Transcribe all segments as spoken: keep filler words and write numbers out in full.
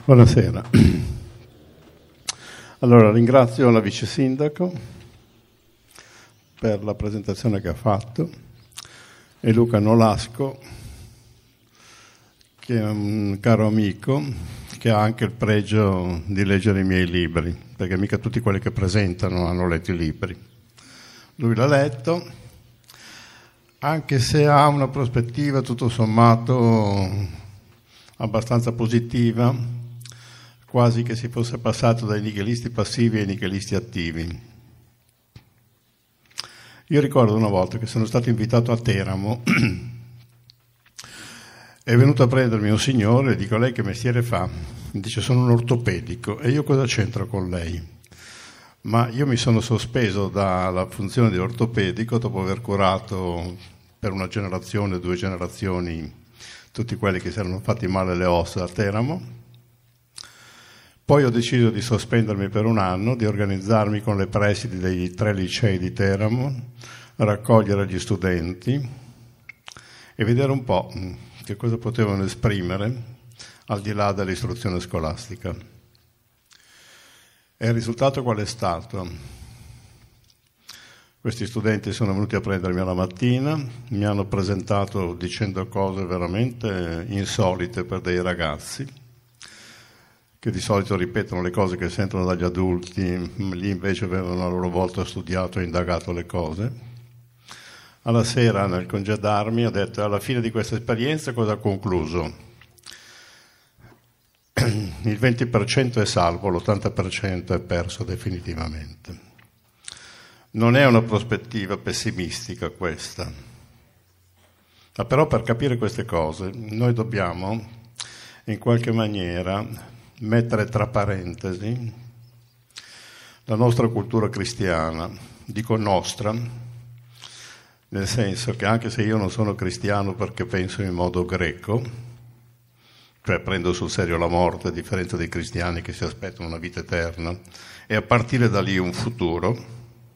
Buonasera. Allora, ringrazio la vice sindaco per la presentazione che ha fatto e Luca Nolasco, che è un caro amico che ha anche il pregio di leggere i miei libri, perché mica tutti quelli che presentano hanno letto i libri. Lui l'ha letto, anche se ha una prospettiva tutto sommato abbastanza positiva, quasi che si fosse passato dai nichilisti passivi ai nichilisti attivi. Io ricordo una volta che sono stato invitato a Teramo, è venuto a prendermi un signore e dico: lei che mestiere fa? Mi dice: sono un ortopedico. E io cosa c'entro con lei? Ma io mi sono sospeso dalla funzione di ortopedico dopo aver curato per una generazione, due generazioni, tutti quelli che si erano fatti male le ossa a Teramo. Poi ho deciso di sospendermi per un anno, di organizzarmi con le presidi dei tre licei di Teramo, raccogliere gli studenti e vedere un po' che cosa potevano esprimere al di là dell'istruzione scolastica. E il risultato qual è stato? Questi studenti sono venuti a prendermi alla mattina, mi hanno presentato dicendo cose veramente insolite per dei ragazzi, che di solito ripetono le cose che sentono dagli adulti, lì invece avevano a loro volta studiato e indagato le cose. Alla sera, nel congedarmi, ho detto: alla fine di questa esperienza cosa ho concluso? Il venti per cento è salvo, l'ottanta per cento è perso definitivamente. Non è una prospettiva pessimistica questa, ma però per capire queste cose noi dobbiamo in qualche maniera mettere tra parentesi la nostra cultura cristiana. Dico nostra, nel senso che anche se io non sono cristiano perché penso in modo greco, cioè prendo sul serio la morte a differenza dei cristiani che si aspettano una vita eterna e a partire da lì un futuro,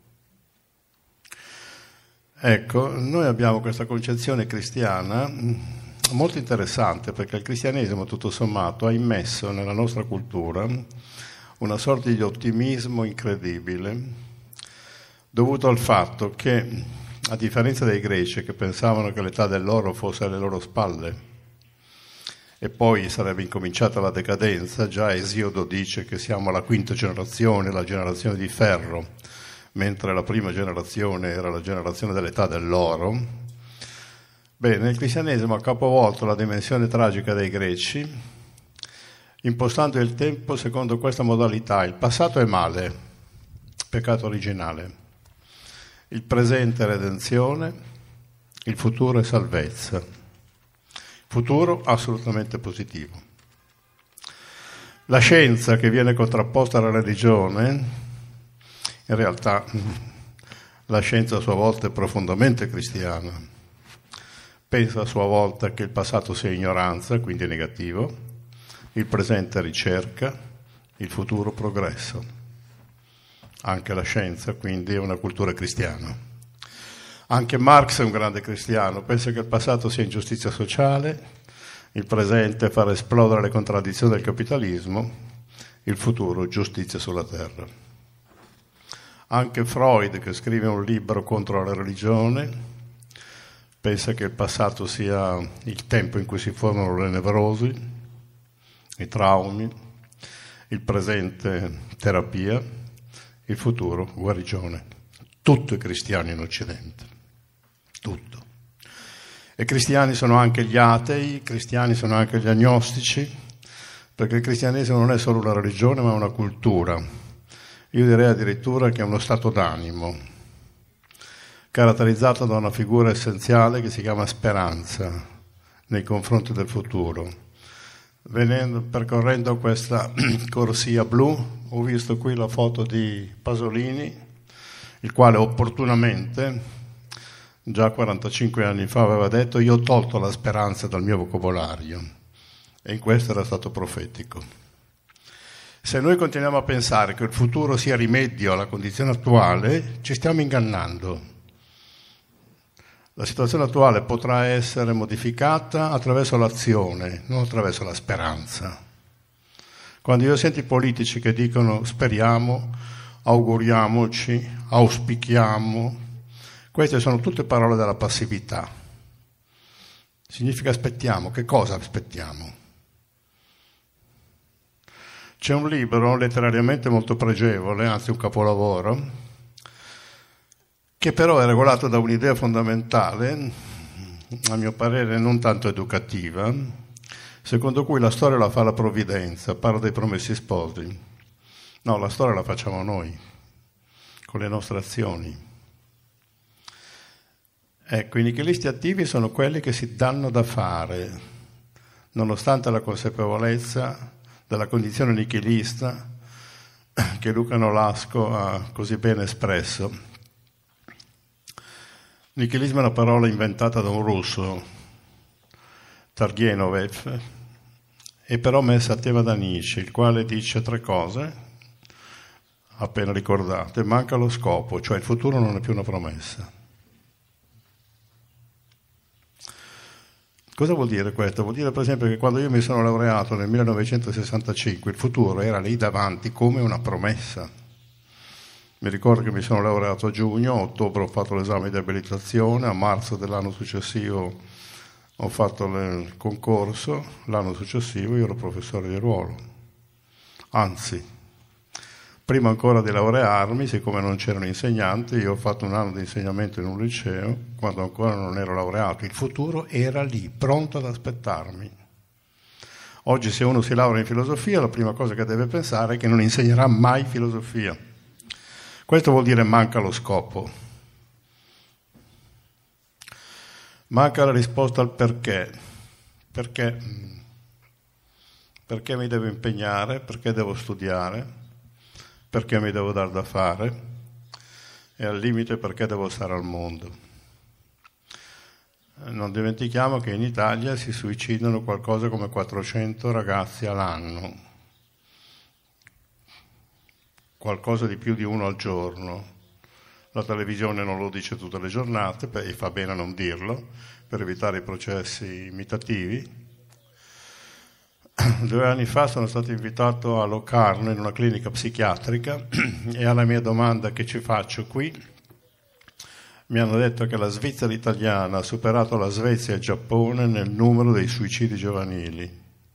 ecco, noi abbiamo questa concezione cristiana molto interessante, perché il cristianesimo tutto sommato ha immesso nella nostra cultura una sorta di ottimismo incredibile, dovuto al fatto che, a differenza dei greci che pensavano che l'età dell'oro fosse alle loro spalle e poi sarebbe incominciata la decadenza, già Esiodo dice che siamo alla quinta generazione, la generazione di ferro, mentre la prima generazione era la generazione dell'età dell'oro. Bene, il cristianesimo ha capovolto la dimensione tragica dei greci, impostando il tempo secondo questa modalità: il passato è male, peccato originale, il presente è redenzione, il futuro è salvezza, futuro assolutamente positivo. La scienza che viene contrapposta alla religione, in realtà la scienza a sua volta è profondamente cristiana. Pensa a sua volta che il passato sia ignoranza, quindi negativo, il presente ricerca, il futuro progresso. Anche la scienza, quindi, è una cultura cristiana. Anche Marx è un grande cristiano, pensa che il passato sia ingiustizia sociale, il presente far esplodere le contraddizioni del capitalismo, il futuro giustizia sulla terra. Anche Freud, che scrive un libro contro la religione, pensa che il passato sia il tempo in cui si formano le nevrosi, i traumi, il presente terapia, il futuro guarigione. Tutto è cristiano in Occidente, tutto. E cristiani sono anche gli atei, cristiani sono anche gli agnostici, perché il cristianesimo non è solo una religione ma una cultura. Io direi addirittura che è uno stato d'animo, caratterizzata da una figura essenziale che si chiama speranza nei confronti del futuro. Venendo, percorrendo questa corsia blu, ho visto qui la foto di Pasolini, il quale opportunamente, già quarantacinque anni fa, aveva detto: io ho tolto la speranza dal mio vocabolario, e in questo era stato profetico. Se noi continuiamo a pensare che il futuro sia rimedio alla condizione attuale, ci stiamo ingannando. La situazione attuale potrà essere modificata attraverso l'azione, non attraverso la speranza. Quando io sento i politici che dicono speriamo, auguriamoci, auspichiamo, queste sono tutte parole della passività. Significa aspettiamo. Che cosa aspettiamo? C'è un libro letterariamente molto pregevole, anzi un capolavoro, che però è regolato da un'idea fondamentale, a mio parere non tanto educativa, secondo cui la storia la fa la provvidenza, parla dei promessi sposi. No, la storia la facciamo noi, con le nostre azioni. Ecco, i nichilisti attivi sono quelli che si danno da fare, nonostante la consapevolezza della condizione nichilista che Luca Nolasco ha così bene espresso. Nichilismo è una parola inventata da un russo, Turgenev, e però messa a tema da Nietzsche, il quale dice tre cose, appena ricordate: manca lo scopo, cioè il futuro non è più una promessa. Cosa vuol dire questo? Vuol dire per esempio che quando io mi sono laureato nel millenovecentosessantacinque il futuro era lì davanti come una promessa. Mi ricordo che mi sono laureato a giugno, a ottobre ho fatto l'esame di abilitazione, a marzo dell'anno successivo ho fatto il concorso, l'anno successivo io ero professore di ruolo. Anzi, prima ancora di laurearmi, siccome non c'erano insegnanti, io ho fatto un anno di insegnamento in un liceo, quando ancora non ero laureato. Il futuro era lì, pronto ad aspettarmi. Oggi se uno si laurea in filosofia, la prima cosa che deve pensare è che non insegnerà mai filosofia. Questo vuol dire manca lo scopo. Manca la risposta al perché. Perché? Perché mi devo impegnare? Perché devo studiare? Perché mi devo dar da fare? E al limite perché devo stare al mondo? Non dimentichiamo che in Italia si suicidano qualcosa come quattrocento ragazzi all'anno, qualcosa di più di uno al giorno. La televisione non lo dice tutte le giornate, e fa bene a non dirlo, per evitare i processi imitativi. Due anni fa sono stato invitato a Locarno in una clinica psichiatrica e alla mia domanda che ci faccio qui mi hanno detto che la Svizzera italiana ha superato la Svezia e il Giappone nel numero dei suicidi giovanili.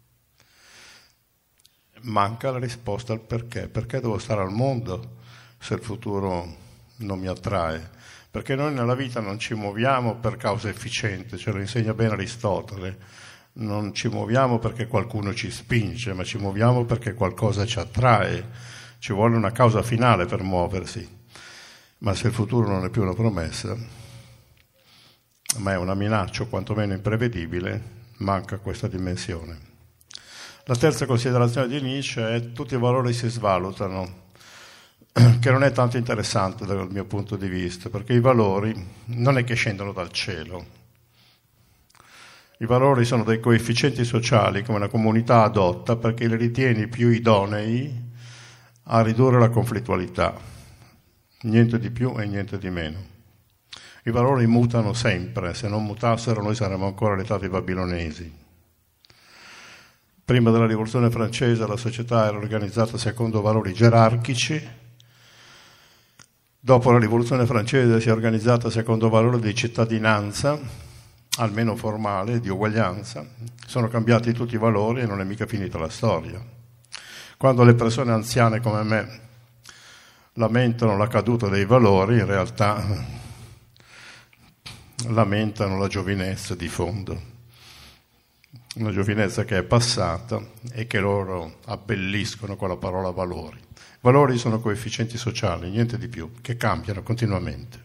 Manca la risposta al perché. Perché devo stare al mondo se il futuro non mi attrae? Perché noi nella vita non ci muoviamo per causa efficiente, ce lo insegna bene Aristotele. Non ci muoviamo perché qualcuno ci spinge, ma ci muoviamo perché qualcosa ci attrae. Ci vuole una causa finale per muoversi. Ma se il futuro non è più una promessa, ma è una minaccia o quantomeno imprevedibile, manca questa dimensione. La terza considerazione di Nietzsche è: tutti i valori si svalutano, che non è tanto interessante dal mio punto di vista, perché i valori non è che scendono dal cielo. I valori sono dei coefficienti sociali che una comunità adotta perché li ritiene più idonei a ridurre la conflittualità. Niente di più e niente di meno. I valori mutano sempre, se non mutassero noi saremmo ancora all'età dei babilonesi. Prima della rivoluzione francese la società era organizzata secondo valori gerarchici, dopo la rivoluzione francese si è organizzata secondo valori di cittadinanza, almeno formale, di uguaglianza. Sono cambiati tutti i valori e non è mica finita la storia. Quando le persone anziane come me lamentano la caduta dei valori, in realtà lamentano la giovinezza di fondo, una giovinezza che è passata e che loro abbelliscono con la parola valori. Valori sono coefficienti sociali, niente di più, che cambiano continuamente.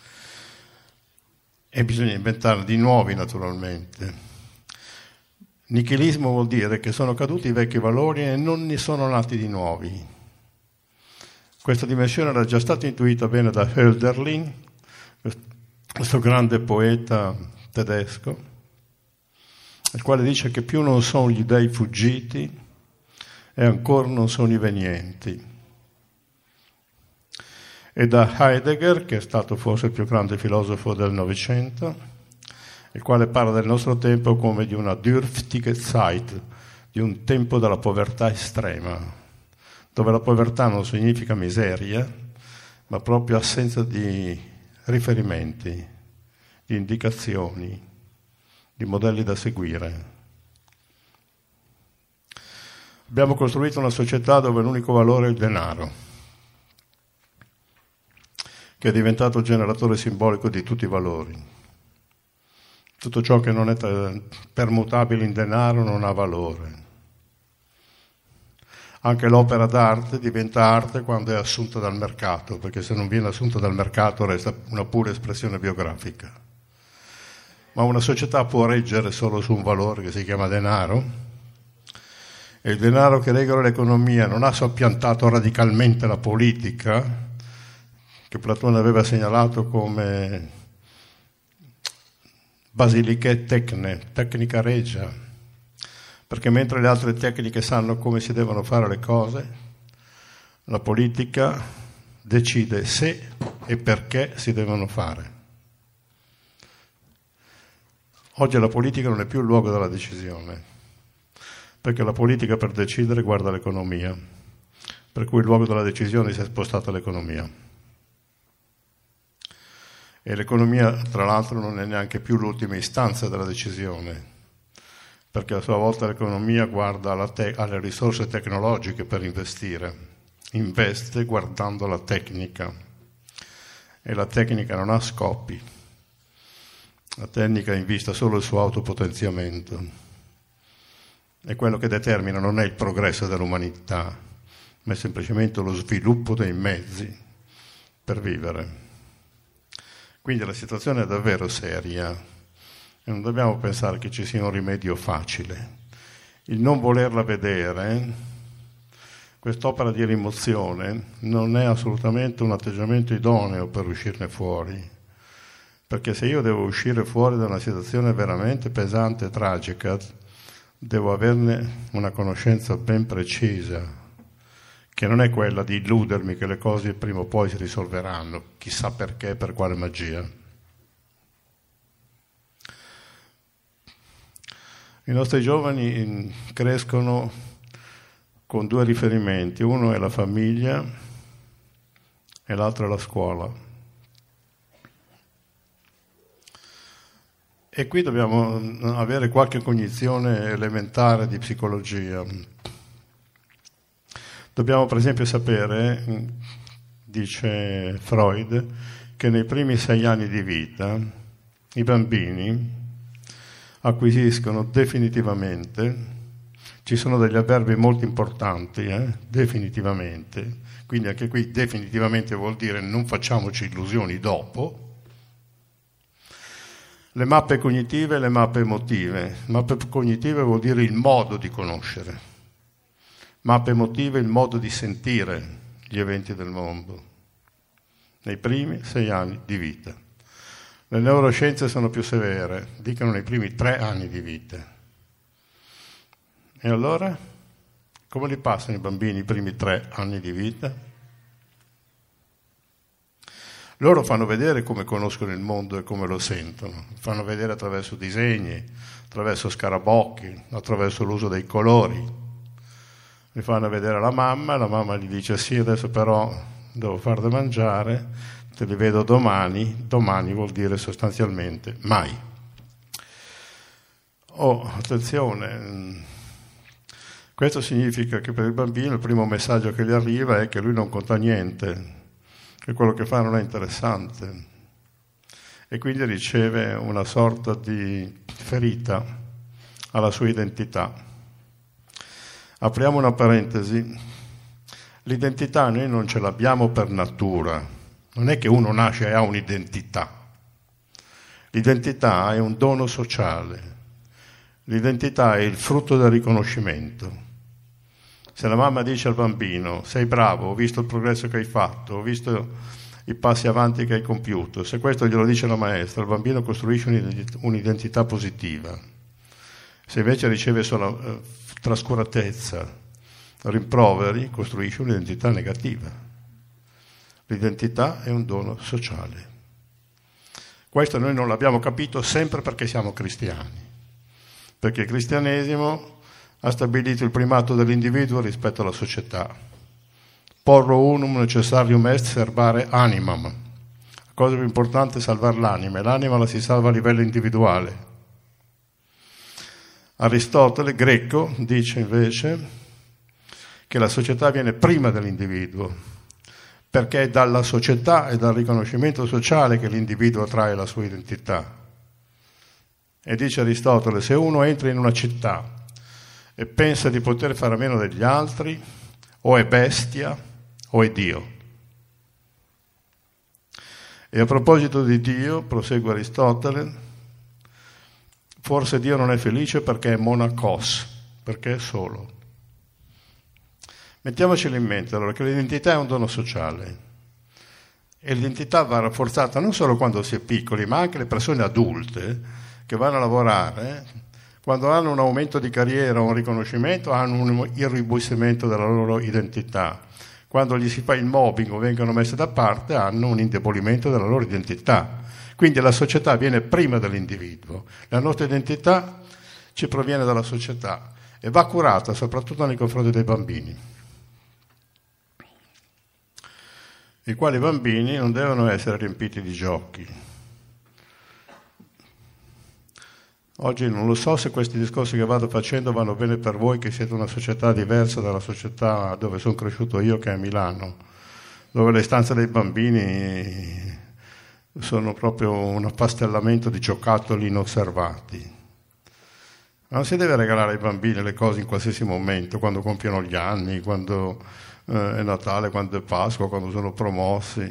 E bisogna inventare di nuovi, naturalmente. Nichilismo vuol dire che sono caduti i vecchi valori e non ne sono nati di nuovi. Questa dimensione era già stata intuita bene da Hölderlin, questo grande poeta tedesco, il quale dice che più non sono gli dei fuggiti e ancora non sono i venienti. E da Heidegger, che è stato forse il più grande filosofo del Novecento, il quale parla del nostro tempo come di una dürftige Zeit, di un tempo della povertà estrema, dove la povertà non significa miseria, ma proprio assenza di riferimenti, di indicazioni, di modelli da seguire. Abbiamo costruito una società dove l'unico valore è il denaro, che è diventato il generatore simbolico di tutti i valori. Tutto ciò che non è permutabile in denaro non ha valore. Anche l'opera d'arte diventa arte quando è assunta dal mercato, perché se non viene assunta dal mercato resta una pura espressione biografica. Ma una società può reggere solo su un valore che si chiama denaro, e il denaro che regola l'economia non ha soppiantato radicalmente la politica, che Platone aveva segnalato come basiliché tecne, tecnica regia, perché mentre le altre tecniche sanno come si devono fare le cose, la politica decide se e perché si devono fare. Oggi la politica non è più il luogo della decisione, perché la politica per decidere guarda l'economia, per cui il luogo della decisione si è spostato all'economia. E l'economia, tra l'altro, non è neanche più l'ultima istanza della decisione, perché a sua volta l'economia guarda alla te- alle risorse tecnologiche per investire, investe guardando la tecnica, e la tecnica non ha scopi, la tecnica invista solo il suo autopotenziamento. E quello che determina non è il progresso dell'umanità, ma è semplicemente lo sviluppo dei mezzi per vivere. Quindi la situazione è davvero seria e non dobbiamo pensare che ci sia un rimedio facile. Il non volerla vedere, quest'opera di rimozione, non è assolutamente un atteggiamento idoneo per uscirne fuori, perché se io devo uscire fuori da una situazione veramente pesante e tragica, devo averne una conoscenza ben precisa, che non è quella di illudermi che le cose prima o poi si risolveranno, chissà perché, per quale magia. I nostri giovani crescono con due riferimenti, uno è la famiglia e l'altro è la scuola. E qui dobbiamo avere qualche cognizione elementare di psicologia. Dobbiamo per esempio sapere, dice Freud, che nei primi sei anni di vita i bambini acquisiscono definitivamente, ci sono degli avverbi molto importanti, eh? definitivamente, quindi anche qui definitivamente vuol dire non facciamoci illusioni dopo, le mappe cognitive e le mappe emotive. Mappe cognitive vuol dire il modo di conoscere, mappe emotive il modo di sentire gli eventi del mondo, nei primi sei anni di vita. Le neuroscienze sono più severe, dicono nei primi tre anni di vita. E allora, come li passano i bambini i primi tre anni di vita? Loro fanno vedere come conoscono il mondo e come lo sentono, fanno vedere attraverso disegni, attraverso scarabocchi, attraverso l'uso dei colori. Li fanno vedere alla mamma, la mamma gli dice sì, adesso però devo far da mangiare, te li vedo domani, domani vuol dire sostanzialmente mai. Oh, attenzione, questo significa che per il bambino il primo messaggio che gli arriva è che lui non conta niente, che quello che fa non è interessante e quindi riceve una sorta di ferita alla sua identità. Apriamo una parentesi. L'identità noi non ce l'abbiamo per natura, non è che uno nasce e ha un'identità. L'identità è un dono sociale, l'identità è il frutto del riconoscimento. Se la mamma dice al bambino sei bravo, ho visto il progresso che hai fatto, ho visto i passi avanti che hai compiuto, se questo glielo dice la maestra, il bambino costruisce un'identità positiva. Se invece riceve solo eh, trascuratezza, rimproveri, costruisce un'identità negativa. L'identità è un dono sociale. Questo noi non l'abbiamo capito sempre perché siamo cristiani, perché il cristianesimo ha stabilito il primato dell'individuo rispetto alla società. Porro unum necessarium est serbare animam. La cosa più importante è salvare l'anima, e l'anima la si salva a livello individuale. Aristotele, greco, dice invece che la società viene prima dell'individuo, perché è dalla società e dal riconoscimento sociale che l'individuo trae la sua identità. E dice Aristotele, se uno entra in una città e pensa di poter fare a meno degli altri, o è bestia o è Dio. E a proposito di Dio, prosegue Aristotele, forse Dio non è felice perché è monacos, perché è solo. Mettiamocelo in mente allora che l'identità è un dono sociale e l'identità va rafforzata non solo quando si è piccoli, ma anche le persone adulte che vanno a lavorare, quando hanno un aumento di carriera o un riconoscimento, hanno un irrobustimento della loro identità. Quando gli si fa il mobbing o vengono messe da parte, hanno un indebolimento della loro identità. Quindi la società viene prima dell'individuo. La nostra identità ci proviene dalla società e va curata soprattutto nei confronti dei bambini, i quali bambini non devono essere riempiti di giochi. Oggi non lo so se questi discorsi che vado facendo vanno bene per voi, che siete una società diversa dalla società dove sono cresciuto io, che è a Milano, dove le stanze dei bambini sono proprio un affastellamento di giocattoli inosservati. Non si deve regalare ai bambini le cose in qualsiasi momento, quando compiono gli anni, quando eh, è Natale, quando è Pasqua, quando sono promossi.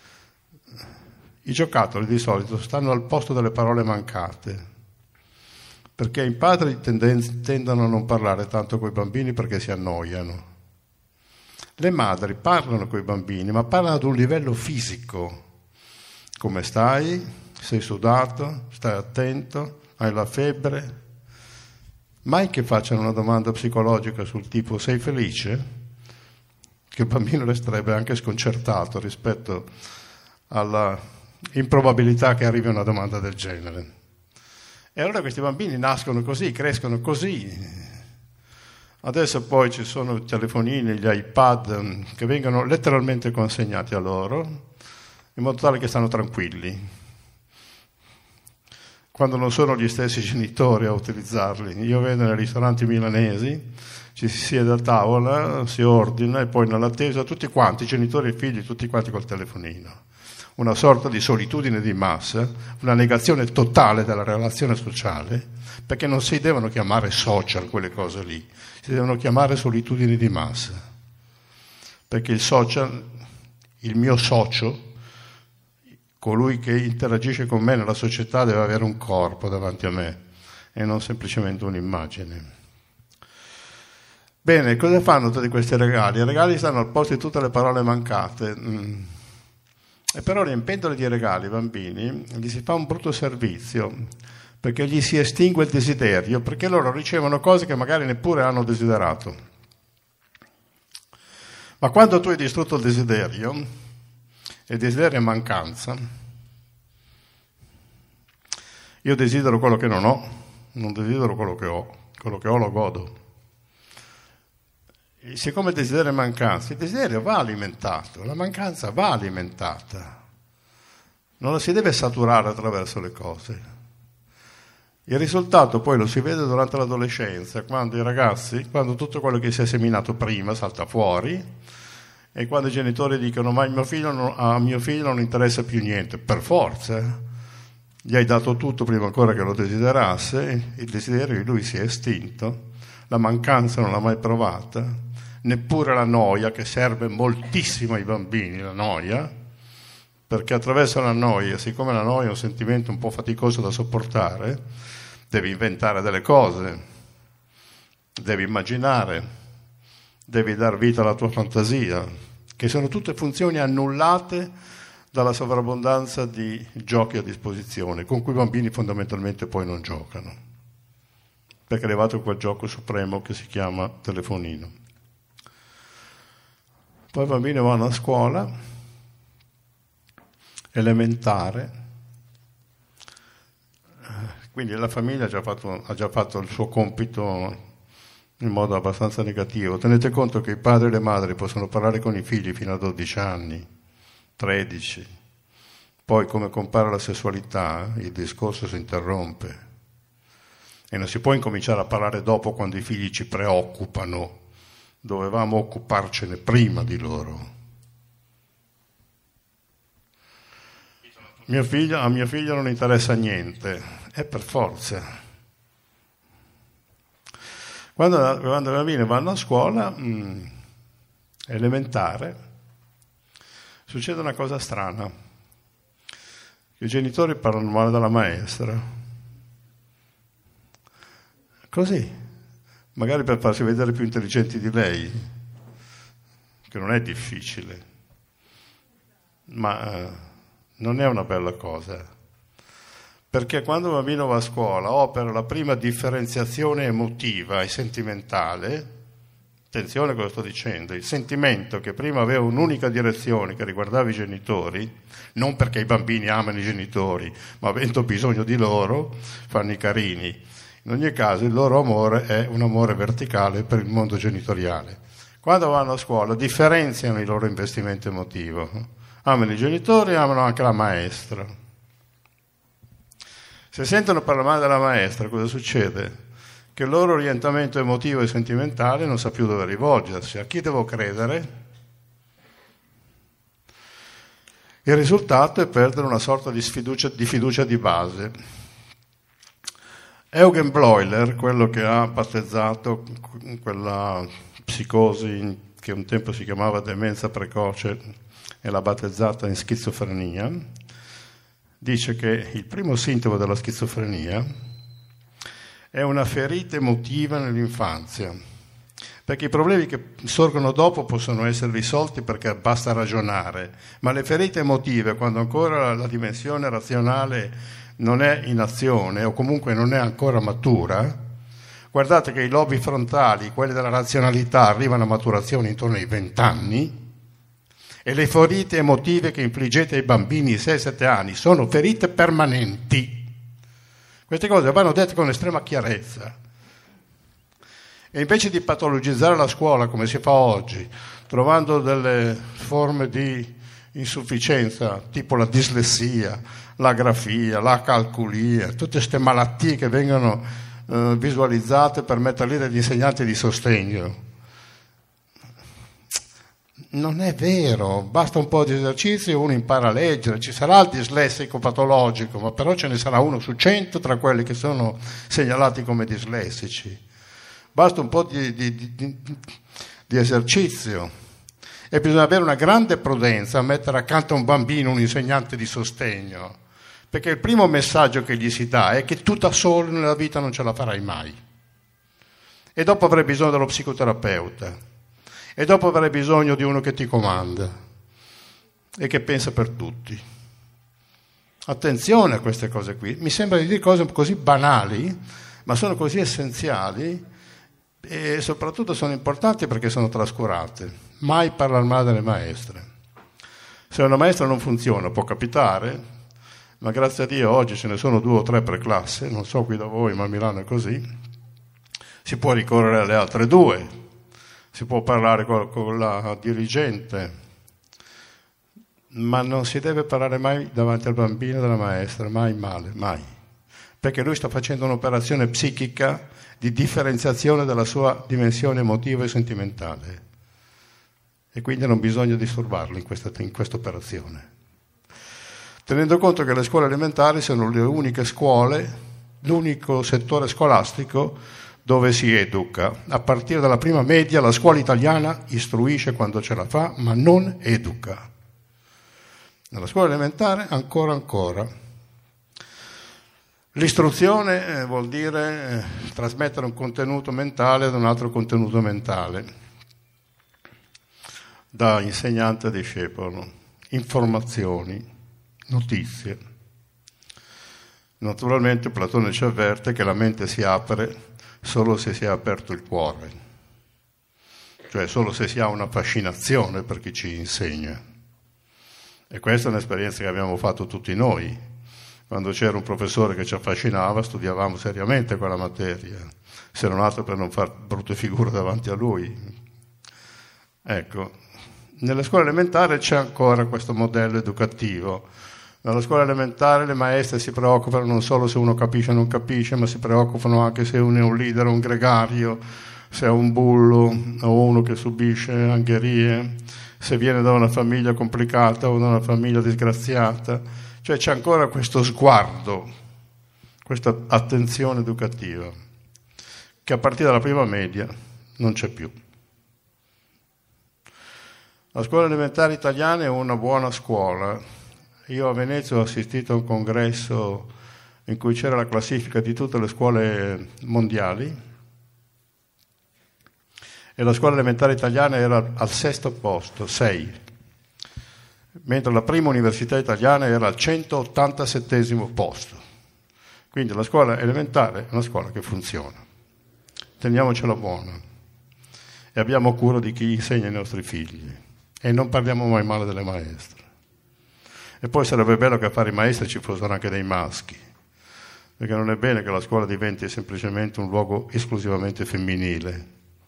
I giocattoli di solito stanno al posto delle parole mancate, perché i padri tenden- tendono a non parlare tanto con i bambini perché si annoiano. Le madri parlano con i bambini, ma parlano ad un livello fisico. Come stai? Sei sudato? Stai attento? Hai la febbre? Mai che facciano una domanda psicologica sul tipo sei felice? Che il bambino resterebbe anche sconcertato rispetto alla improbabilità che arrivi una domanda del genere. E allora questi bambini nascono così, crescono così. Adesso poi ci sono i telefonini, gli iPad che vengono letteralmente consegnati a loro, in modo tale che stanno tranquilli, quando non sono gli stessi genitori a utilizzarli. Io vedo nei ristoranti milanesi, ci si siede a tavola, si ordina e poi nell'attesa tutti quanti, genitori e figli, tutti quanti col telefonino. Una sorta di solitudine di massa, una negazione totale della relazione sociale, perché non si devono chiamare social quelle cose lì, si devono chiamare solitudini di massa. Perché il social, il mio socio, colui che interagisce con me nella società, deve avere un corpo davanti a me e non semplicemente un'immagine. Bene, cosa fanno tutti questi regali? I regali stanno al posto di tutte le parole mancate. Mm. E però riempendoli di regali ai bambini gli si fa un brutto servizio, perché gli si estingue il desiderio, perché loro ricevono cose che magari neppure hanno desiderato. Ma quando tu hai distrutto il desiderio, e il desiderio è mancanza, io desidero quello che non ho, non desidero quello che ho, quello che ho lo godo. E siccome il desiderio è mancanza, il desiderio va alimentato, la mancanza va alimentata, non la si deve saturare attraverso le cose. Il risultato poi lo si vede durante l'adolescenza, quando i ragazzi, quando tutto quello che si è seminato prima salta fuori, e quando i genitori dicono ma mio figlio non, a mio figlio non interessa più niente, per forza, gli hai dato tutto prima ancora che lo desiderasse, il desiderio di lui si è estinto, la mancanza non l'ha mai provata, neppure la noia, che serve moltissimo ai bambini, la noia, perché attraverso la noia, siccome la noia è un sentimento un po' faticoso da sopportare, devi inventare delle cose, devi immaginare, devi dar vita alla tua fantasia, che sono tutte funzioni annullate dalla sovrabbondanza di giochi a disposizione, con cui i bambini fondamentalmente poi non giocano, perché è arrivato quel gioco supremo che si chiama telefonino. Poi i bambini vanno a scuola elementare, quindi la famiglia ha già fatto, ha già fatto il suo compito in modo abbastanza negativo. Tenete conto che i padri e le madri possono parlare con i figli fino a dodici anni, tredici. Poi, come compare la sessualità, il discorso si interrompe. E non si può incominciare a parlare dopo, quando i figli ci preoccupano. Dovevamo occuparcene prima di loro. Mio figlio, a mio figlio non interessa niente, è per forza. Quando, quando i bambini vanno a scuola, mh, elementare, succede una cosa strana. I genitori parlano male della maestra. Così, magari per farsi vedere più intelligenti di lei, che non è difficile, ma eh, non è una bella cosa. Perché quando un bambino va a scuola opera la prima differenziazione emotiva e sentimentale. Attenzione a cosa sto dicendo: il sentimento che prima aveva un'unica direzione, che riguardava i genitori, non perché i bambini amano i genitori, ma avendo bisogno di loro fanno i carini. In ogni caso il loro amore è un amore verticale per il mondo genitoriale. Quando vanno a scuola differenziano il loro investimento emotivo. Amano i genitori, amano anche la maestra. Se sentono parlare male della maestra, cosa succede? Che il loro orientamento emotivo e sentimentale non sa più dove rivolgersi. A chi devo credere? Il risultato è perdere una sorta di sfiducia, di fiducia di base. Eugen Bleuler, quello che ha battezzato quella psicosi che un tempo si chiamava demenza precoce e l'ha battezzata in schizofrenia, dice che il primo sintomo della schizofrenia è una ferita emotiva nell'infanzia, perché i problemi che sorgono dopo possono essere risolti perché basta ragionare, ma le ferite emotive, quando ancora la dimensione razionale non è in azione o comunque non è ancora matura, guardate che i lobi frontali, quelli della razionalità, arrivano a maturazione intorno ai vent'anni. E le ferite emotive che infliggete ai bambini di sei sette anni sono ferite permanenti. Queste cose vanno dette con estrema chiarezza. E invece di patologizzare la scuola come si fa oggi, trovando delle forme di insufficienza, tipo la dislessia, l'agrafia, la calculia, tutte queste malattie che vengono eh, visualizzate per metterli degli insegnanti di sostegno. Non è vero, basta un po' di esercizio e uno impara a leggere. Ci sarà il dislessico patologico, ma però ce ne sarà uno su cento tra quelli che sono segnalati come dislessici. Basta un po' di, di, di, di esercizio e bisogna avere una grande prudenza a mettere accanto a un bambino un insegnante di sostegno, perché il primo messaggio che gli si dà è che tu da solo nella vita non ce la farai mai, e dopo avrai bisogno dello psicoterapeuta. E dopo avrai bisogno di uno che ti comanda e che pensa per tutti. Attenzione a queste cose qui. Mi sembra di dire cose così banali, ma sono così essenziali e soprattutto sono importanti perché sono trascurate. Mai parlare male delle maestre. Se una maestra non funziona, può capitare, ma grazie a Dio oggi ce ne sono due o tre per classe, non so qui da voi, ma a Milano è così, si può ricorrere alle altre due. Si può parlare con la dirigente, ma non si deve parlare mai davanti al bambino della maestra, mai male, mai. Perché lui sta facendo un'operazione psichica di differenziazione della sua dimensione emotiva e sentimentale. E quindi non bisogna disturbarlo in questa, in questa operazione. Tenendo conto che le scuole elementari sono le uniche scuole, l'unico settore scolastico dove si educa. A partire dalla prima media la scuola italiana istruisce quando ce la fa, ma non educa. Nella scuola elementare ancora ancora. L'istruzione eh, vuol dire eh, trasmettere un contenuto mentale ad un altro contenuto mentale, da insegnante a discepolo, informazioni, notizie. Naturalmente Platone ci avverte che la mente si apre solo se si è aperto il cuore, cioè solo se si ha una fascinazione per chi ci insegna. E questa è un'esperienza che abbiamo fatto tutti noi. Quando c'era un professore che ci affascinava, studiavamo seriamente quella materia, se non altro per non far brutte figure davanti a lui. Ecco, nelle scuole elementari c'è ancora questo modello educativo. Nella scuola elementare le maestre si preoccupano non solo se uno capisce o non capisce, ma si preoccupano anche se uno è un leader o un gregario, se è un bullo o uno che subisce angherie, se viene da una famiglia complicata o da una famiglia disgraziata. Cioè c'è ancora questo sguardo, questa attenzione educativa, che a partire dalla prima media non c'è più. La scuola elementare italiana è una buona scuola. Io a Venezia ho assistito a un congresso in cui c'era la classifica di tutte le scuole mondiali e la scuola elementare italiana era al sesto posto, sei, mentre la prima università italiana era al centottantasettesimo posto. Quindi la scuola elementare è una scuola che funziona. Teniamocela buona e abbiamo cura di chi insegna ai nostri figli e non parliamo mai male delle maestre. E poi sarebbe bello che a fare i maestri ci fossero anche dei maschi, perché non è bene che la scuola diventi semplicemente un luogo esclusivamente femminile.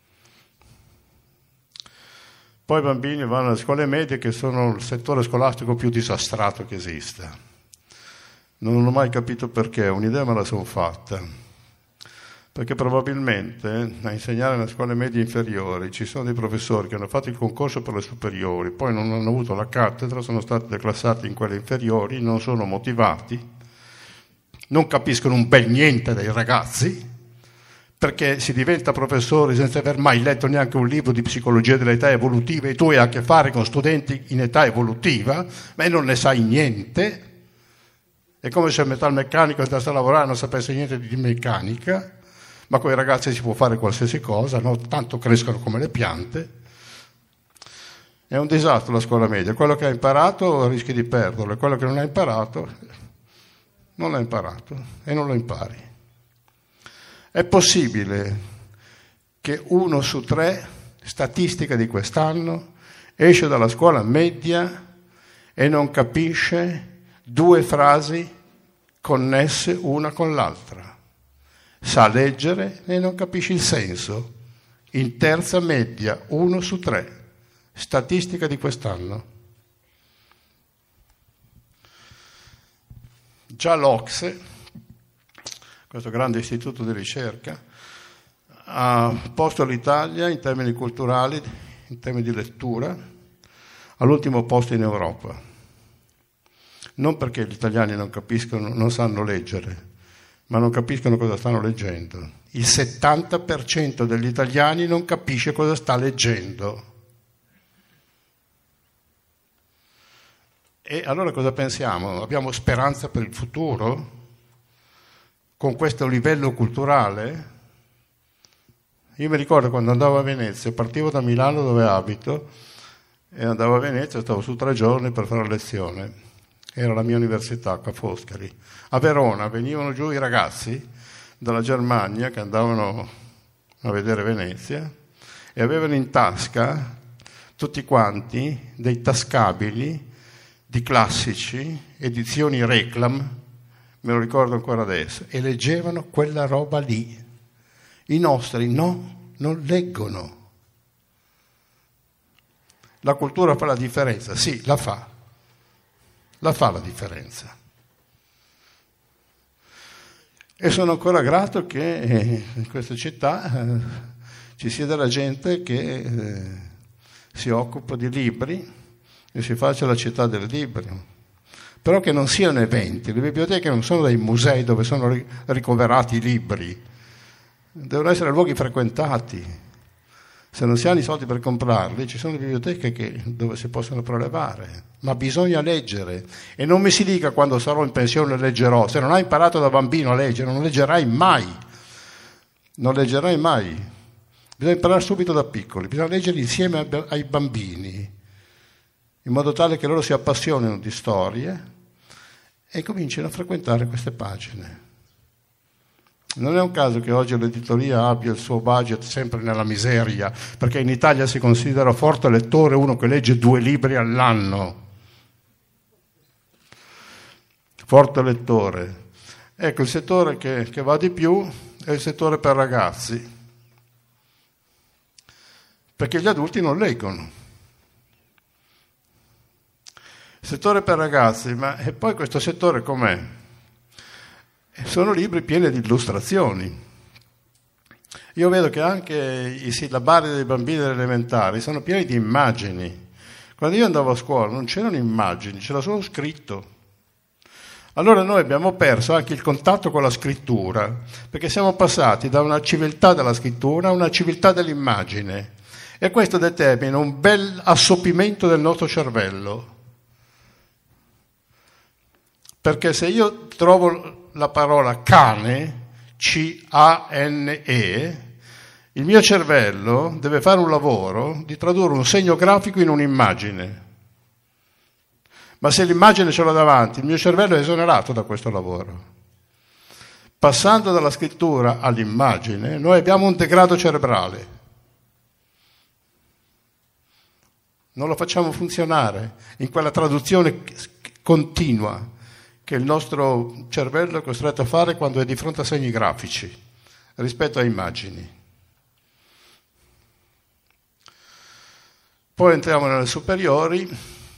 Poi i bambini vanno alle scuole medie, che sono il settore scolastico più disastrato che esista. Non ho mai capito perché, un'idea me la sono fatta. Perché probabilmente a insegnare nelle scuole medie inferiori ci sono dei professori che hanno fatto il concorso per le superiori, poi non hanno avuto la cattedra, sono stati declassati in quelle inferiori, non sono motivati, non capiscono un bel niente dei ragazzi, perché si diventa professori senza aver mai letto neanche un libro di psicologia dell'età evolutiva e tu hai a che fare con studenti in età evolutiva, ma non ne sai niente. È come se il metalmeccanico andasse a lavorare e non sapesse niente di meccanica. Ma con i ragazzi si può fare qualsiasi cosa, no? Tanto crescono come le piante. È un disastro la scuola media. Quello che ha imparato rischi di perderlo, e quello che non ha imparato non l'ha imparato e non lo impari. È possibile che uno su tre, statistica di quest'anno, esce dalla scuola media e non capisce due frasi connesse una con l'altra. Sa leggere e non capisce il senso. In terza media, uno su tre. Statistica di quest'anno. Già l'Ocse, questo grande istituto di ricerca, ha posto l'Italia in termini culturali, in termini di lettura, all'ultimo posto in Europa. Non perché gli italiani non capiscono, non sanno leggere, ma non capiscono cosa stanno leggendo. Il settanta per cento degli italiani non capisce cosa sta leggendo. E allora cosa pensiamo? Abbiamo speranza per il futuro? Con questo livello culturale? Io mi ricordo quando andavo a Venezia, partivo da Milano dove abito, e andavo a Venezia, stavo su tre giorni per fare lezione. Era la mia università a Ca' Foscari. A Verona venivano giù i ragazzi dalla Germania che andavano a vedere Venezia e avevano in tasca tutti quanti dei tascabili di classici, edizioni Reclam, me lo ricordo ancora adesso, e leggevano quella roba lì. I nostri no, non leggono. La cultura fa la differenza? Sì, la fa. La fa la differenza. E sono ancora grato che in questa città eh, ci sia della gente che eh, si occupa di libri e si faccia la città del libro. Però che non siano eventi, le biblioteche non sono dei musei dove sono ricoverati i libri, devono essere luoghi frequentati. Se non si hanno i soldi per comprarli, ci sono le biblioteche che, dove si possono prelevare, ma bisogna leggere. E non mi si dica quando sarò in pensione leggerò. Se non hai imparato da bambino a leggere, non leggerai mai. Non leggerai mai. Bisogna imparare subito da piccoli, bisogna leggere insieme ai bambini, in modo tale che loro si appassionino di storie e comincino a frequentare queste pagine. Non è un caso che oggi l'editoria abbia il suo budget sempre nella miseria, perché in Italia si considera forte lettore uno che legge due libri all'anno. forte lettore. Ecco, il settore che, che va di più è il settore per ragazzi, perché gli adulti non leggono. Il settore per ragazzi, ma e poi questo settore com'è? Sono libri pieni di illustrazioni. Io vedo che anche i sillabari dei bambini elementari sono pieni di immagini. Quando io andavo a scuola non c'erano immagini, c'era solo scritto. Allora noi abbiamo perso anche il contatto con la scrittura, perché siamo passati da una civiltà della scrittura a una civiltà dell'immagine. E questo determina un bel assopimento del nostro cervello. Perché se io trovo la parola cane, C A N E, il mio cervello deve fare un lavoro di tradurre un segno grafico in un'immagine. Ma se l'immagine ce l'ho davanti, il mio cervello è esonerato da questo lavoro. Passando dalla scrittura all'immagine, noi abbiamo un degrado cerebrale. Non lo facciamo funzionare in quella traduzione continua che il nostro cervello è costretto a fare quando è di fronte a segni grafici rispetto a immagini. Poi entriamo nelle superiori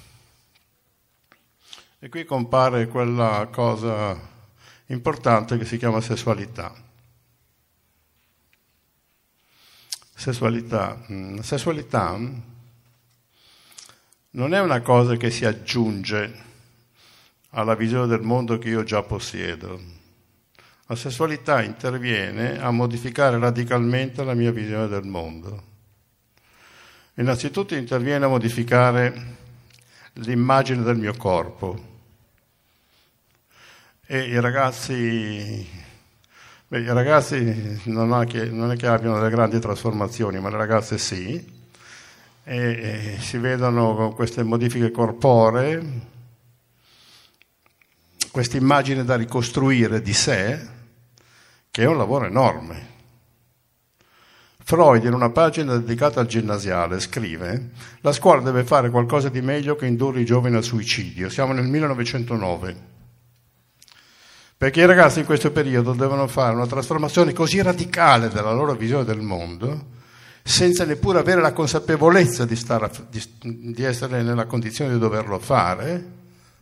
e qui compare quella cosa importante che si chiama sessualità. Sessualità. Sessualità non è una cosa che si aggiunge alla visione del mondo che io già possiedo. La sessualità interviene a modificare radicalmente la mia visione del mondo. Innanzitutto interviene a modificare l'immagine del mio corpo. E i ragazzi, beh, i ragazzi non, ha che, non è che abbiano delle grandi trasformazioni, ma le ragazze sì, e, e si vedono queste modifiche corporee, questa immagine da ricostruire di sé, che è un lavoro enorme. Freud, in una pagina dedicata al ginnasiale, scrive: la scuola deve fare qualcosa di meglio che indurre i giovani al suicidio. Siamo nel millenovecentonove. Perché i ragazzi in questo periodo devono fare una trasformazione così radicale della loro visione del mondo, senza neppure avere la consapevolezza di, stare, di, di essere nella condizione di doverlo fare,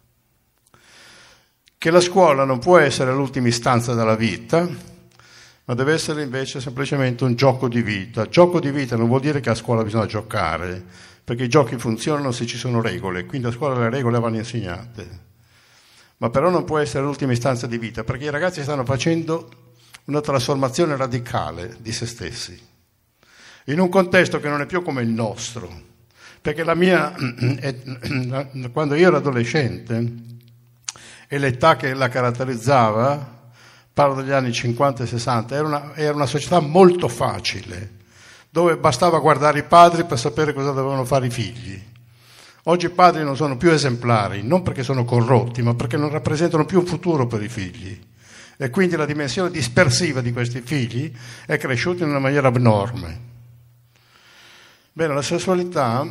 che la scuola non può essere l'ultima istanza della vita, ma deve essere invece semplicemente un gioco di vita. Gioco di vita non vuol dire che a scuola bisogna giocare, perché i giochi funzionano se ci sono regole, quindi a scuola le regole vanno insegnate. Ma però non può essere l'ultima istanza di vita, perché i ragazzi stanno facendo una trasformazione radicale di se stessi, in un contesto che non è più come il nostro. Perché la mia, quando io ero adolescente, e l'età che la caratterizzava, parlo degli anni cinquanta e sessanta, era una, era una società molto facile, dove bastava guardare i padri per sapere cosa dovevano fare i figli. Oggi i padri non sono più esemplari, non perché sono corrotti, ma perché non rappresentano più un futuro per i figli. E quindi la dimensione dispersiva di questi figli è cresciuta in una maniera abnorme. Bene, la sessualità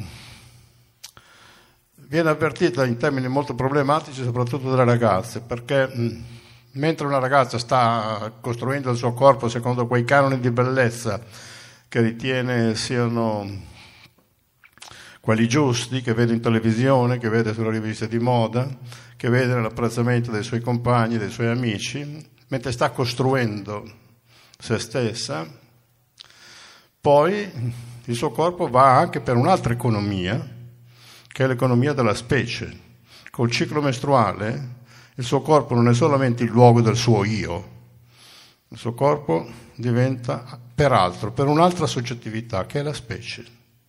viene avvertita in termini molto problematici, soprattutto dalle ragazze, perché mh, mentre una ragazza sta costruendo il suo corpo secondo quei canoni di bellezza che ritiene siano quelli giusti, che vede in televisione, che vede sulle riviste di moda, che vede nell'apprezzamento dei suoi compagni, dei suoi amici, mentre sta costruendo se stessa, poi il suo corpo va anche per un'altra economia, che è l'economia della specie. Col ciclo mestruale il suo corpo non è solamente il luogo del suo io, il suo corpo diventa per altro, per un'altra soggettività, che è la specie.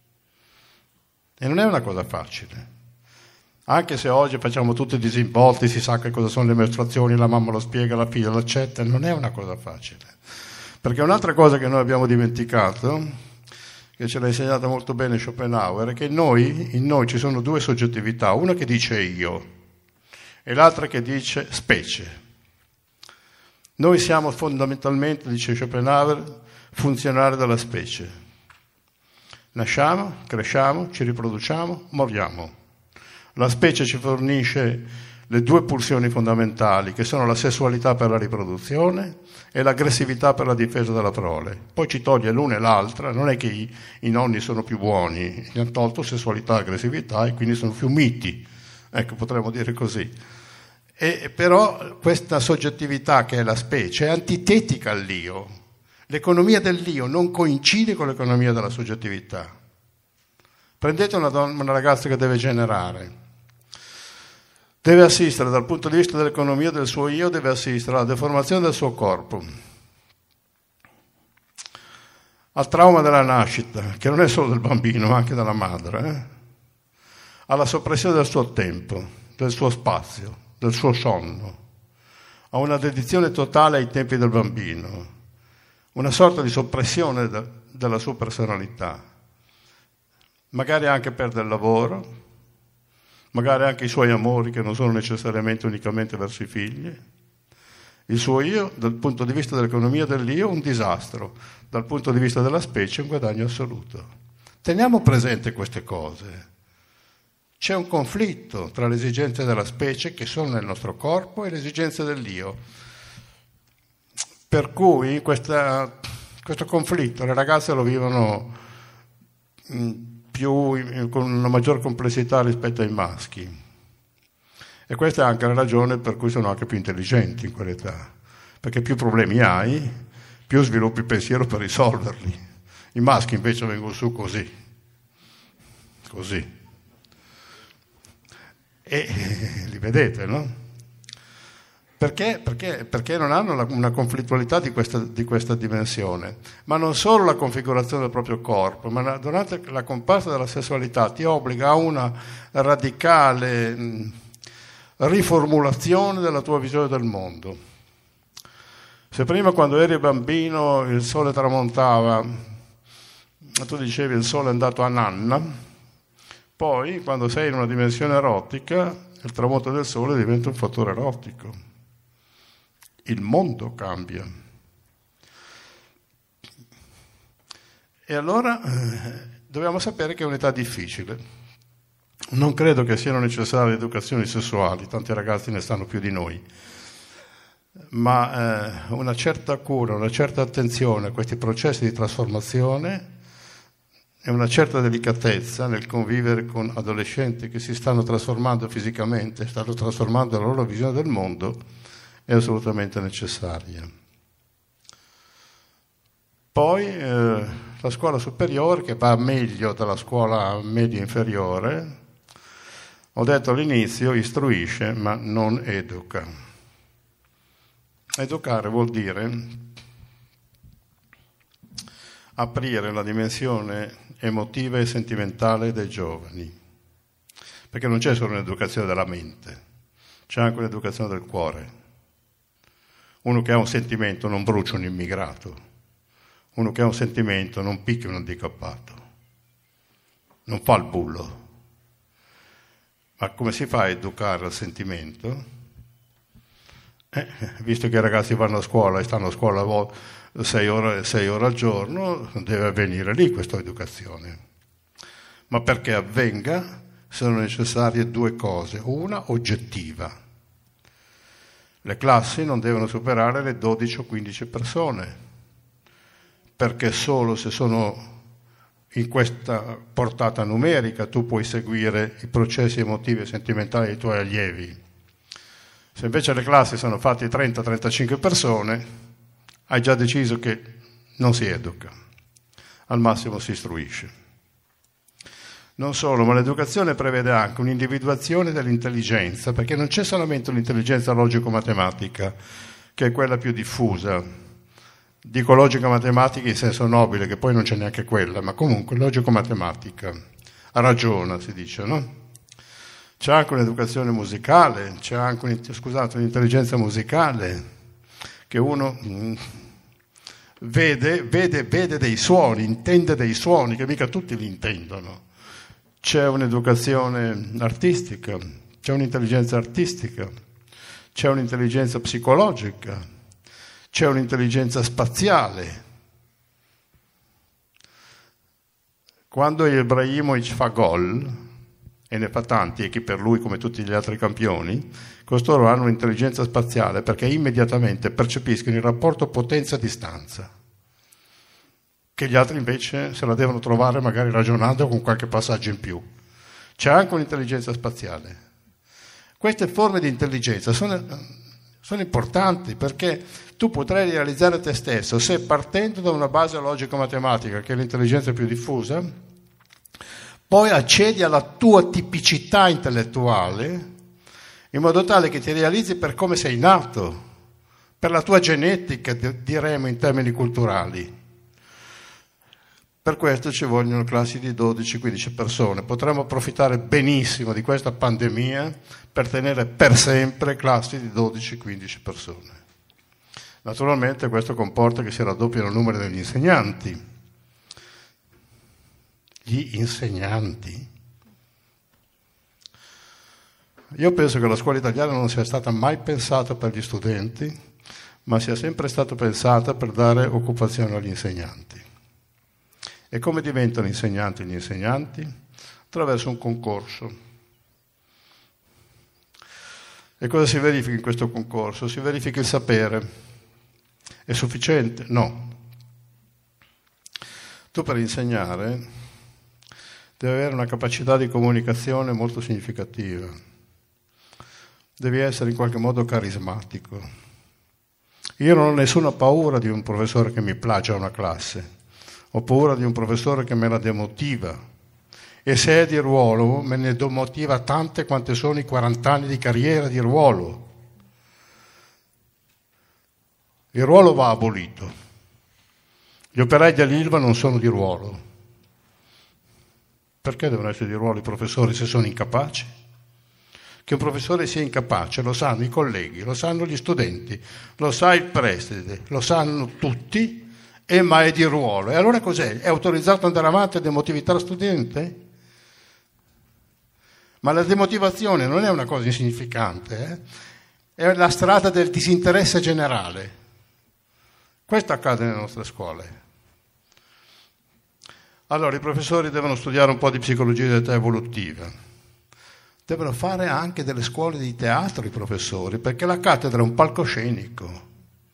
E non è una cosa facile. Anche se oggi facciamo tutti i disinvolti, si sa che cosa sono le mestruazioni, la mamma lo spiega, la figlia lo accetta, non è una cosa facile. Perché un'altra cosa che noi abbiamo dimenticato, che ce l'ha insegnata molto bene Schopenhauer, è che noi, in noi ci sono due soggettività, una che dice io e l'altra che dice specie. Noi siamo fondamentalmente, dice Schopenhauer, funzionari della specie. Nasciamo, cresciamo, ci riproduciamo, moriamo. La specie ci fornisce le due pulsioni fondamentali, che sono la sessualità per la riproduzione e l'aggressività per la difesa della prole. Poi ci toglie l'una e l'altra, non è che i, i nonni sono più buoni, gli hanno tolto sessualità e aggressività e quindi sono più miti, ecco, potremmo dire così. E, però questa soggettività che è la specie è antitetica all'io. L'economia dell'io non coincide con l'economia della soggettività. Prendete una, donna, una ragazza che deve generare, deve assistere dal punto di vista dell'economia del suo io, deve assistere alla deformazione del suo corpo, al trauma della nascita, che non è solo del bambino ma anche della madre, eh? alla soppressione del suo tempo, del suo spazio, del suo sonno, a una dedizione totale ai tempi del bambino, una sorta di soppressione de- della sua personalità. Magari anche perde il lavoro, magari anche i suoi amori che non sono necessariamente unicamente verso i figli. Il suo io, dal punto di vista dell'economia dell'io, un disastro, dal punto di vista della specie un guadagno assoluto. Teniamo presente queste cose. C'è un conflitto tra le esigenze della specie che sono nel nostro corpo e le esigenze dell'io. Per cui questa, questo conflitto le ragazze lo vivono mh, più, con una maggior complessità rispetto ai maschi. E questa è anche la ragione per cui sono anche più intelligenti in quell'età, perché più problemi hai, più sviluppi il pensiero per risolverli. I maschi invece vengono su così, così. E li vedete, no? Perché? Perché, perché non hanno la, una conflittualità di questa, di questa dimensione, ma non solo la configurazione del proprio corpo, ma durante la comparsa della sessualità ti obbliga a una radicale mh, riformulazione della tua visione del mondo. Se prima quando eri bambino il sole tramontava, tu dicevi il sole è andato a nanna, poi quando sei in una dimensione erotica il tramonto del sole diventa un fattore erotico. Il mondo cambia. E allora eh, dobbiamo sapere che è un'età difficile. Non credo che siano necessarie educazioni sessuali, tanti ragazzi ne stanno più di noi, ma eh, una certa cura, una certa attenzione a questi processi di trasformazione e una certa delicatezza nel convivere con adolescenti che si stanno trasformando fisicamente, stanno trasformando la loro visione del mondo, è assolutamente necessaria. Poi eh, la scuola superiore, che va meglio della scuola media inferiore, ho detto all'inizio, istruisce ma non educa. Educare vuol dire aprire la dimensione emotiva e sentimentale dei giovani, perché non c'è solo un'educazione della mente, c'è anche un'educazione del cuore. Uno che ha un sentimento non brucia un immigrato, uno che ha un sentimento non picchia un handicappato, non fa il bullo. Ma come si fa a educare al sentimento? Eh, visto che i ragazzi vanno a scuola e stanno a scuola sei ore, sei ore al giorno, deve avvenire lì questa educazione. Ma perché avvenga sono necessarie due cose, una oggettiva. Le classi non devono superare le dodici o quindici persone, perché solo se sono in questa portata numerica tu puoi seguire i processi emotivi e sentimentali dei tuoi allievi. Se invece le classi sono fatte di trenta trentacinque persone, hai già deciso che non si educa, al massimo si istruisce. Non solo, ma l'educazione prevede anche un'individuazione dell'intelligenza, perché non c'è solamente un'intelligenza logico-matematica, che è quella più diffusa. Dico logico-matematica in senso nobile, che poi non c'è neanche quella, ma comunque logico-matematica. Ragiona, si dice, no? C'è anche un'educazione musicale, c'è anche un, scusate, un'intelligenza musicale, che uno mh, vede, vede, vede dei suoni, intende dei suoni, che mica tutti li intendono. C'è un'educazione artistica, c'è un'intelligenza artistica, c'è un'intelligenza psicologica, c'è un'intelligenza spaziale. Quando Ibrahimovic fa gol, e ne fa tanti, e chi per lui come tutti gli altri campioni, costoro hanno un'intelligenza spaziale perché immediatamente percepiscono il rapporto potenza-distanza, che gli altri invece se la devono trovare magari ragionando con qualche passaggio in più. C'è anche un'intelligenza spaziale. Queste forme di intelligenza sono, sono importanti perché tu potrai realizzare te stesso se, partendo da una base logico-matematica, che è l'intelligenza più diffusa, poi accedi alla tua tipicità intellettuale in modo tale che ti realizzi per come sei nato, per la tua genetica, diremo in termini culturali. Per questo ci vogliono classi di dodici quindici persone. Potremmo approfittare benissimo di questa pandemia per tenere per sempre classi di dodici quindici persone. Naturalmente questo comporta che si raddoppiano il numero degli insegnanti. Gli insegnanti? Io penso che la scuola italiana non sia stata mai pensata per gli studenti, ma sia sempre stata pensata per dare occupazione agli insegnanti. E come diventano insegnanti gli insegnanti? Attraverso un concorso. E cosa si verifica in questo concorso? Si verifica il sapere. È sufficiente? No. Tu per insegnare devi avere una capacità di comunicazione molto significativa. Devi essere in qualche modo carismatico. Io non ho nessuna paura di un professore che mi plagia una classe. Ho paura di un professore che me la demotiva, e se è di ruolo me ne demotiva tante quante sono i quaranta anni di carriera di ruolo. Il ruolo va abolito. Gli operai dell'Ilva non sono di ruolo. Perché devono essere di ruolo i professori se sono incapaci? Che un professore sia incapace lo sanno i colleghi, lo sanno gli studenti, lo sa il preside, lo sanno tutti. E ma è di ruolo. E allora cos'è? È autorizzato ad andare avanti a demotivare lo studente? Ma la demotivazione non è una cosa insignificante, eh? È la strada del disinteresse generale. Questo accade nelle nostre scuole. Allora i professori devono studiare un po' di psicologia dell'età evolutiva. Devono fare anche delle scuole di teatro i professori, perché la cattedra è un palcoscenico.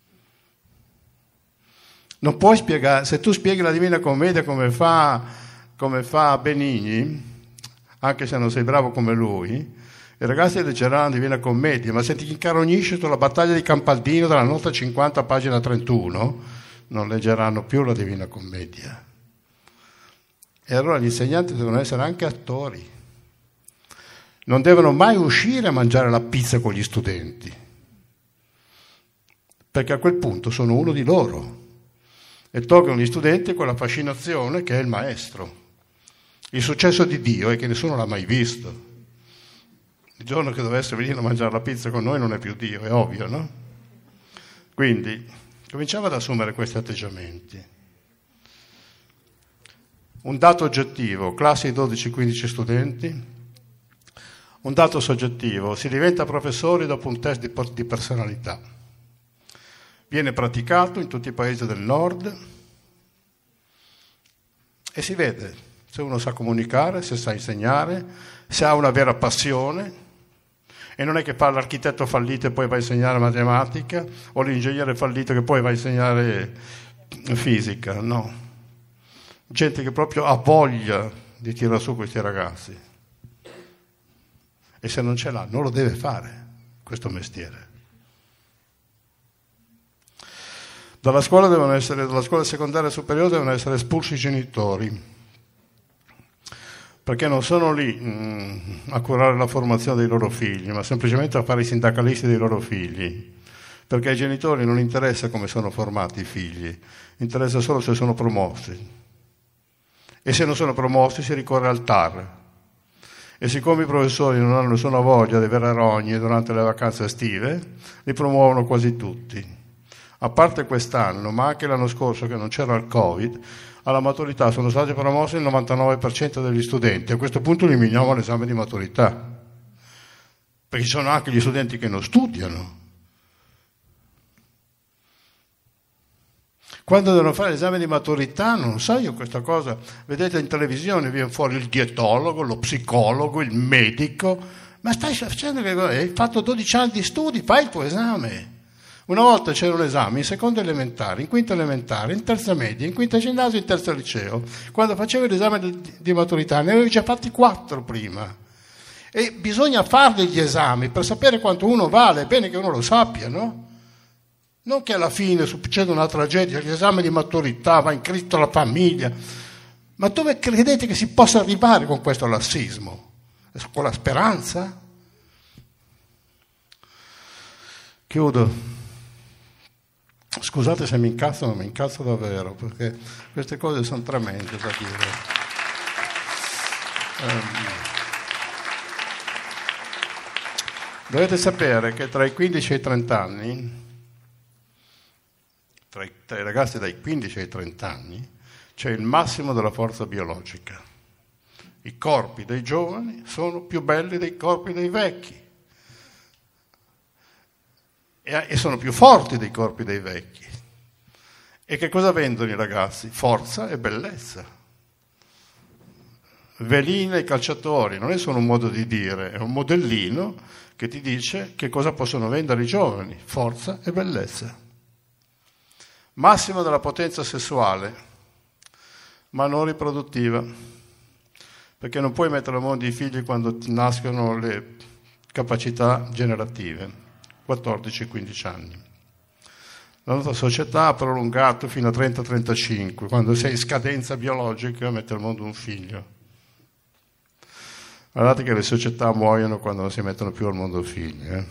Non puoi spiegare, se tu spieghi la Divina Commedia come fa, come fa Benigni, anche se non sei bravo come lui, i ragazzi leggeranno la Divina Commedia, ma se ti incarognisci sulla battaglia di Campaldino dalla nota cinquanta, pagina trentuno, non leggeranno più la Divina Commedia. E allora gli insegnanti devono essere anche attori. Non devono mai uscire a mangiare la pizza con gli studenti, perché a quel punto sono uno di loro. E tolgono gli studenti quella fascinazione che è il maestro. Il successo di Dio è che nessuno l'ha mai visto. Il giorno che dovesse venire a mangiare la pizza con noi non è più Dio, è ovvio, no? Quindi cominciamo ad assumere questi atteggiamenti. Un dato oggettivo, classi di dodici quindici studenti. Un dato soggettivo, si diventa professori dopo un test di, di personalità. Viene praticato in tutti i paesi del nord e si vede se uno sa comunicare, se sa insegnare, se ha una vera passione, e non è che fa l'architetto fallito e poi va a insegnare matematica, o l'ingegnere fallito che poi va a insegnare fisica, no. Gente che proprio ha voglia di tirare su questi ragazzi, e se non ce l'ha non lo deve fare questo mestiere. Dalla scuola devono essere, dalla scuola secondaria superiore devono essere espulsi i genitori, perché non sono lì mh, a curare la formazione dei loro figli, ma semplicemente a fare i sindacalisti dei loro figli, perché ai genitori non interessa come sono formati i figli, interessa solo se sono promossi, e se non sono promossi si ricorre al T A R. E siccome i professori non hanno nessuna voglia di avere rogne durante le vacanze estive, li promuovono quasi tutti. A parte quest'anno, ma anche l'anno scorso che non c'era il Covid, alla maturità sono stati promossi il novantanove per cento degli studenti. A questo punto eliminiamo l'esame di maturità, perché ci sono anche gli studenti che non studiano. Quando devono fare l'esame di maturità, non so io questa cosa, vedete in televisione viene fuori il dietologo, lo psicologo, il medico, ma stai facendo che hai fatto dodici anni di studi, fai il tuo esame. Una volta c'era un esame in seconda elementare, in quinta elementare, in terza media, in quinta ginnasio, in terza liceo. Quando facevi l'esame di, di maturità ne avevi già fatti quattro prima. E bisogna farli gli esami per sapere quanto uno vale, è bene che uno lo sappia, no? Non che alla fine succeda una tragedia, gli esami di maturità, va in Cristo la famiglia. Ma dove credete che si possa arrivare con questo lassismo? Con la speranza? Chiudo. Scusate se mi incazzo, ma mi incazzo davvero, perché queste cose sono tremende da dire. Um, dovete sapere che tra i quindici e i trenta anni, tra i, tra i ragazzi dai quindici ai trenta anni, c'è il massimo della forza biologica. I corpi dei giovani sono più belli dei corpi dei vecchi. E sono più forti dei corpi dei vecchi. E che cosa vendono i ragazzi? Forza e bellezza. Velina ai calciatori, non è solo un modo di dire, è un modellino che ti dice che cosa possono vendere i giovani, forza e bellezza. Massimo della potenza sessuale, ma non riproduttiva, perché non puoi mettere al mondo i figli quando ti nascono le capacità generative. quattordici quindici anni. La nostra società ha prolungato fino a trenta trentacinque, quando sei in scadenza biologica mette al mondo un figlio. Guardate che le società muoiono quando non si mettono più al mondo figli. Eh?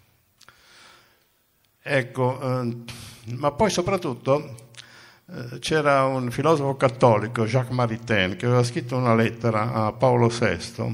Ecco, eh, ma poi soprattutto eh, c'era un filosofo cattolico, Jacques Maritain, che aveva scritto una lettera a Paolo sesto,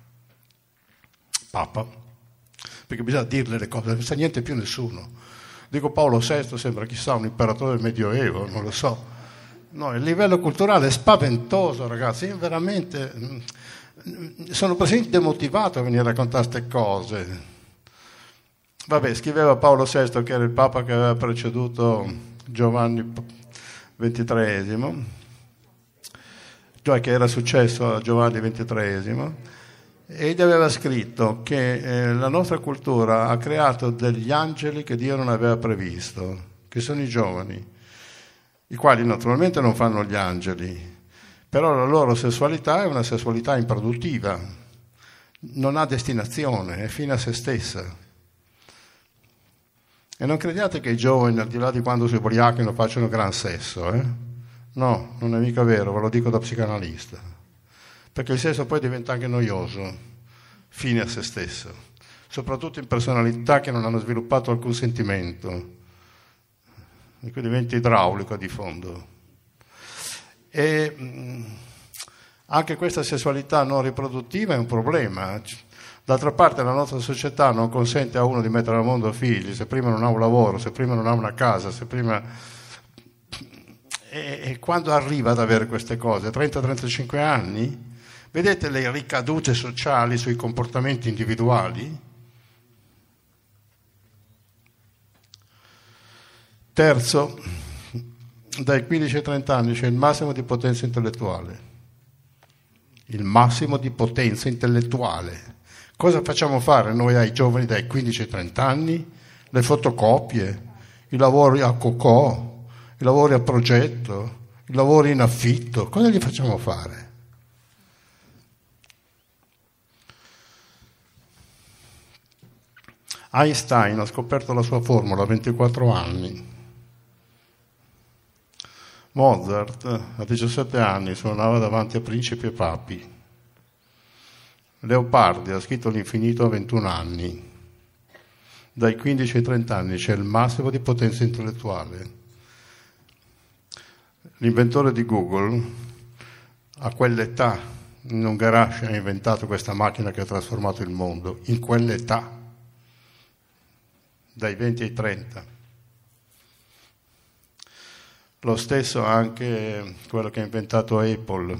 Papa, perché bisogna dirle le cose, non sa niente più nessuno. Dico Paolo sesto, sembra chissà un imperatore del Medioevo, non lo so. No, il livello culturale è spaventoso, ragazzi, io veramente sono presente demotivato a venire a raccontare queste cose. Vabbè, scriveva Paolo sesto, che era il Papa che aveva preceduto Giovanni ventitreesimo, cioè che era successo a Giovanni ventitreesimo, e gli aveva scritto che eh, la nostra cultura ha creato degli angeli che Dio non aveva previsto, che sono i giovani, i quali naturalmente non fanno gli angeli, però la loro sessualità è una sessualità improduttiva, non ha destinazione, è fine a se stessa. E non crediate che i giovani, al di là di quando si ubriachino, facciano gran sesso, eh? No, non è mica vero, ve lo dico da psicanalista. Perché il sesso poi diventa anche noioso, fine a se stesso, soprattutto in personalità che non hanno sviluppato alcun sentimento, e quindi diventa idraulico di fondo. E mh, anche questa sessualità non riproduttiva è un problema. D'altra parte la nostra società non consente a uno di mettere al mondo figli, se prima non ha un lavoro, se prima non ha una casa, se prima... E, e quando arriva ad avere queste cose? trenta trentacinque anni? Vedete le ricadute sociali sui comportamenti individuali? Terzo, dai quindici ai trenta anni c'è il massimo di potenza intellettuale. Il massimo di potenza intellettuale. Cosa facciamo fare noi ai giovani dai quindici ai trenta anni? Le fotocopie, i lavori a cocò, i lavori a progetto, i lavori in affitto. Cosa gli facciamo fare? Einstein ha scoperto la sua formula a ventiquattro anni. Mozart a diciassette anni suonava davanti a principi e papi. Leopardi ha scritto l'infinito a ventuno anni. Dai quindici ai trenta anni c'è il massimo di potenza intellettuale. L'inventore di Google a quell'età in un garage ha inventato questa macchina che ha trasformato il mondo, in quell'età, dai venti ai trenta. Lo stesso anche quello che ha inventato Apple.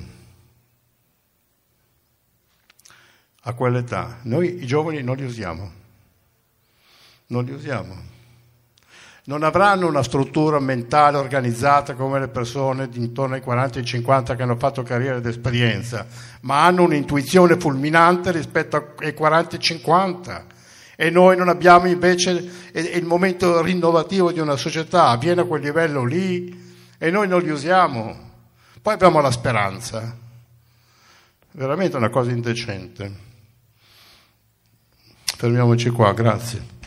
A quell'età. Noi i giovani non li usiamo. Non li usiamo. Non avranno una struttura mentale organizzata come le persone di intorno ai quaranta e cinquanta che hanno fatto carriera ed esperienza, ma hanno un'intuizione fulminante rispetto ai quaranta e cinquanta. E noi non abbiamo invece il momento rinnovativo di una società, avviene a quel livello lì e noi non li usiamo. Poi abbiamo la speranza. Veramente una cosa indecente. Fermiamoci qua, grazie.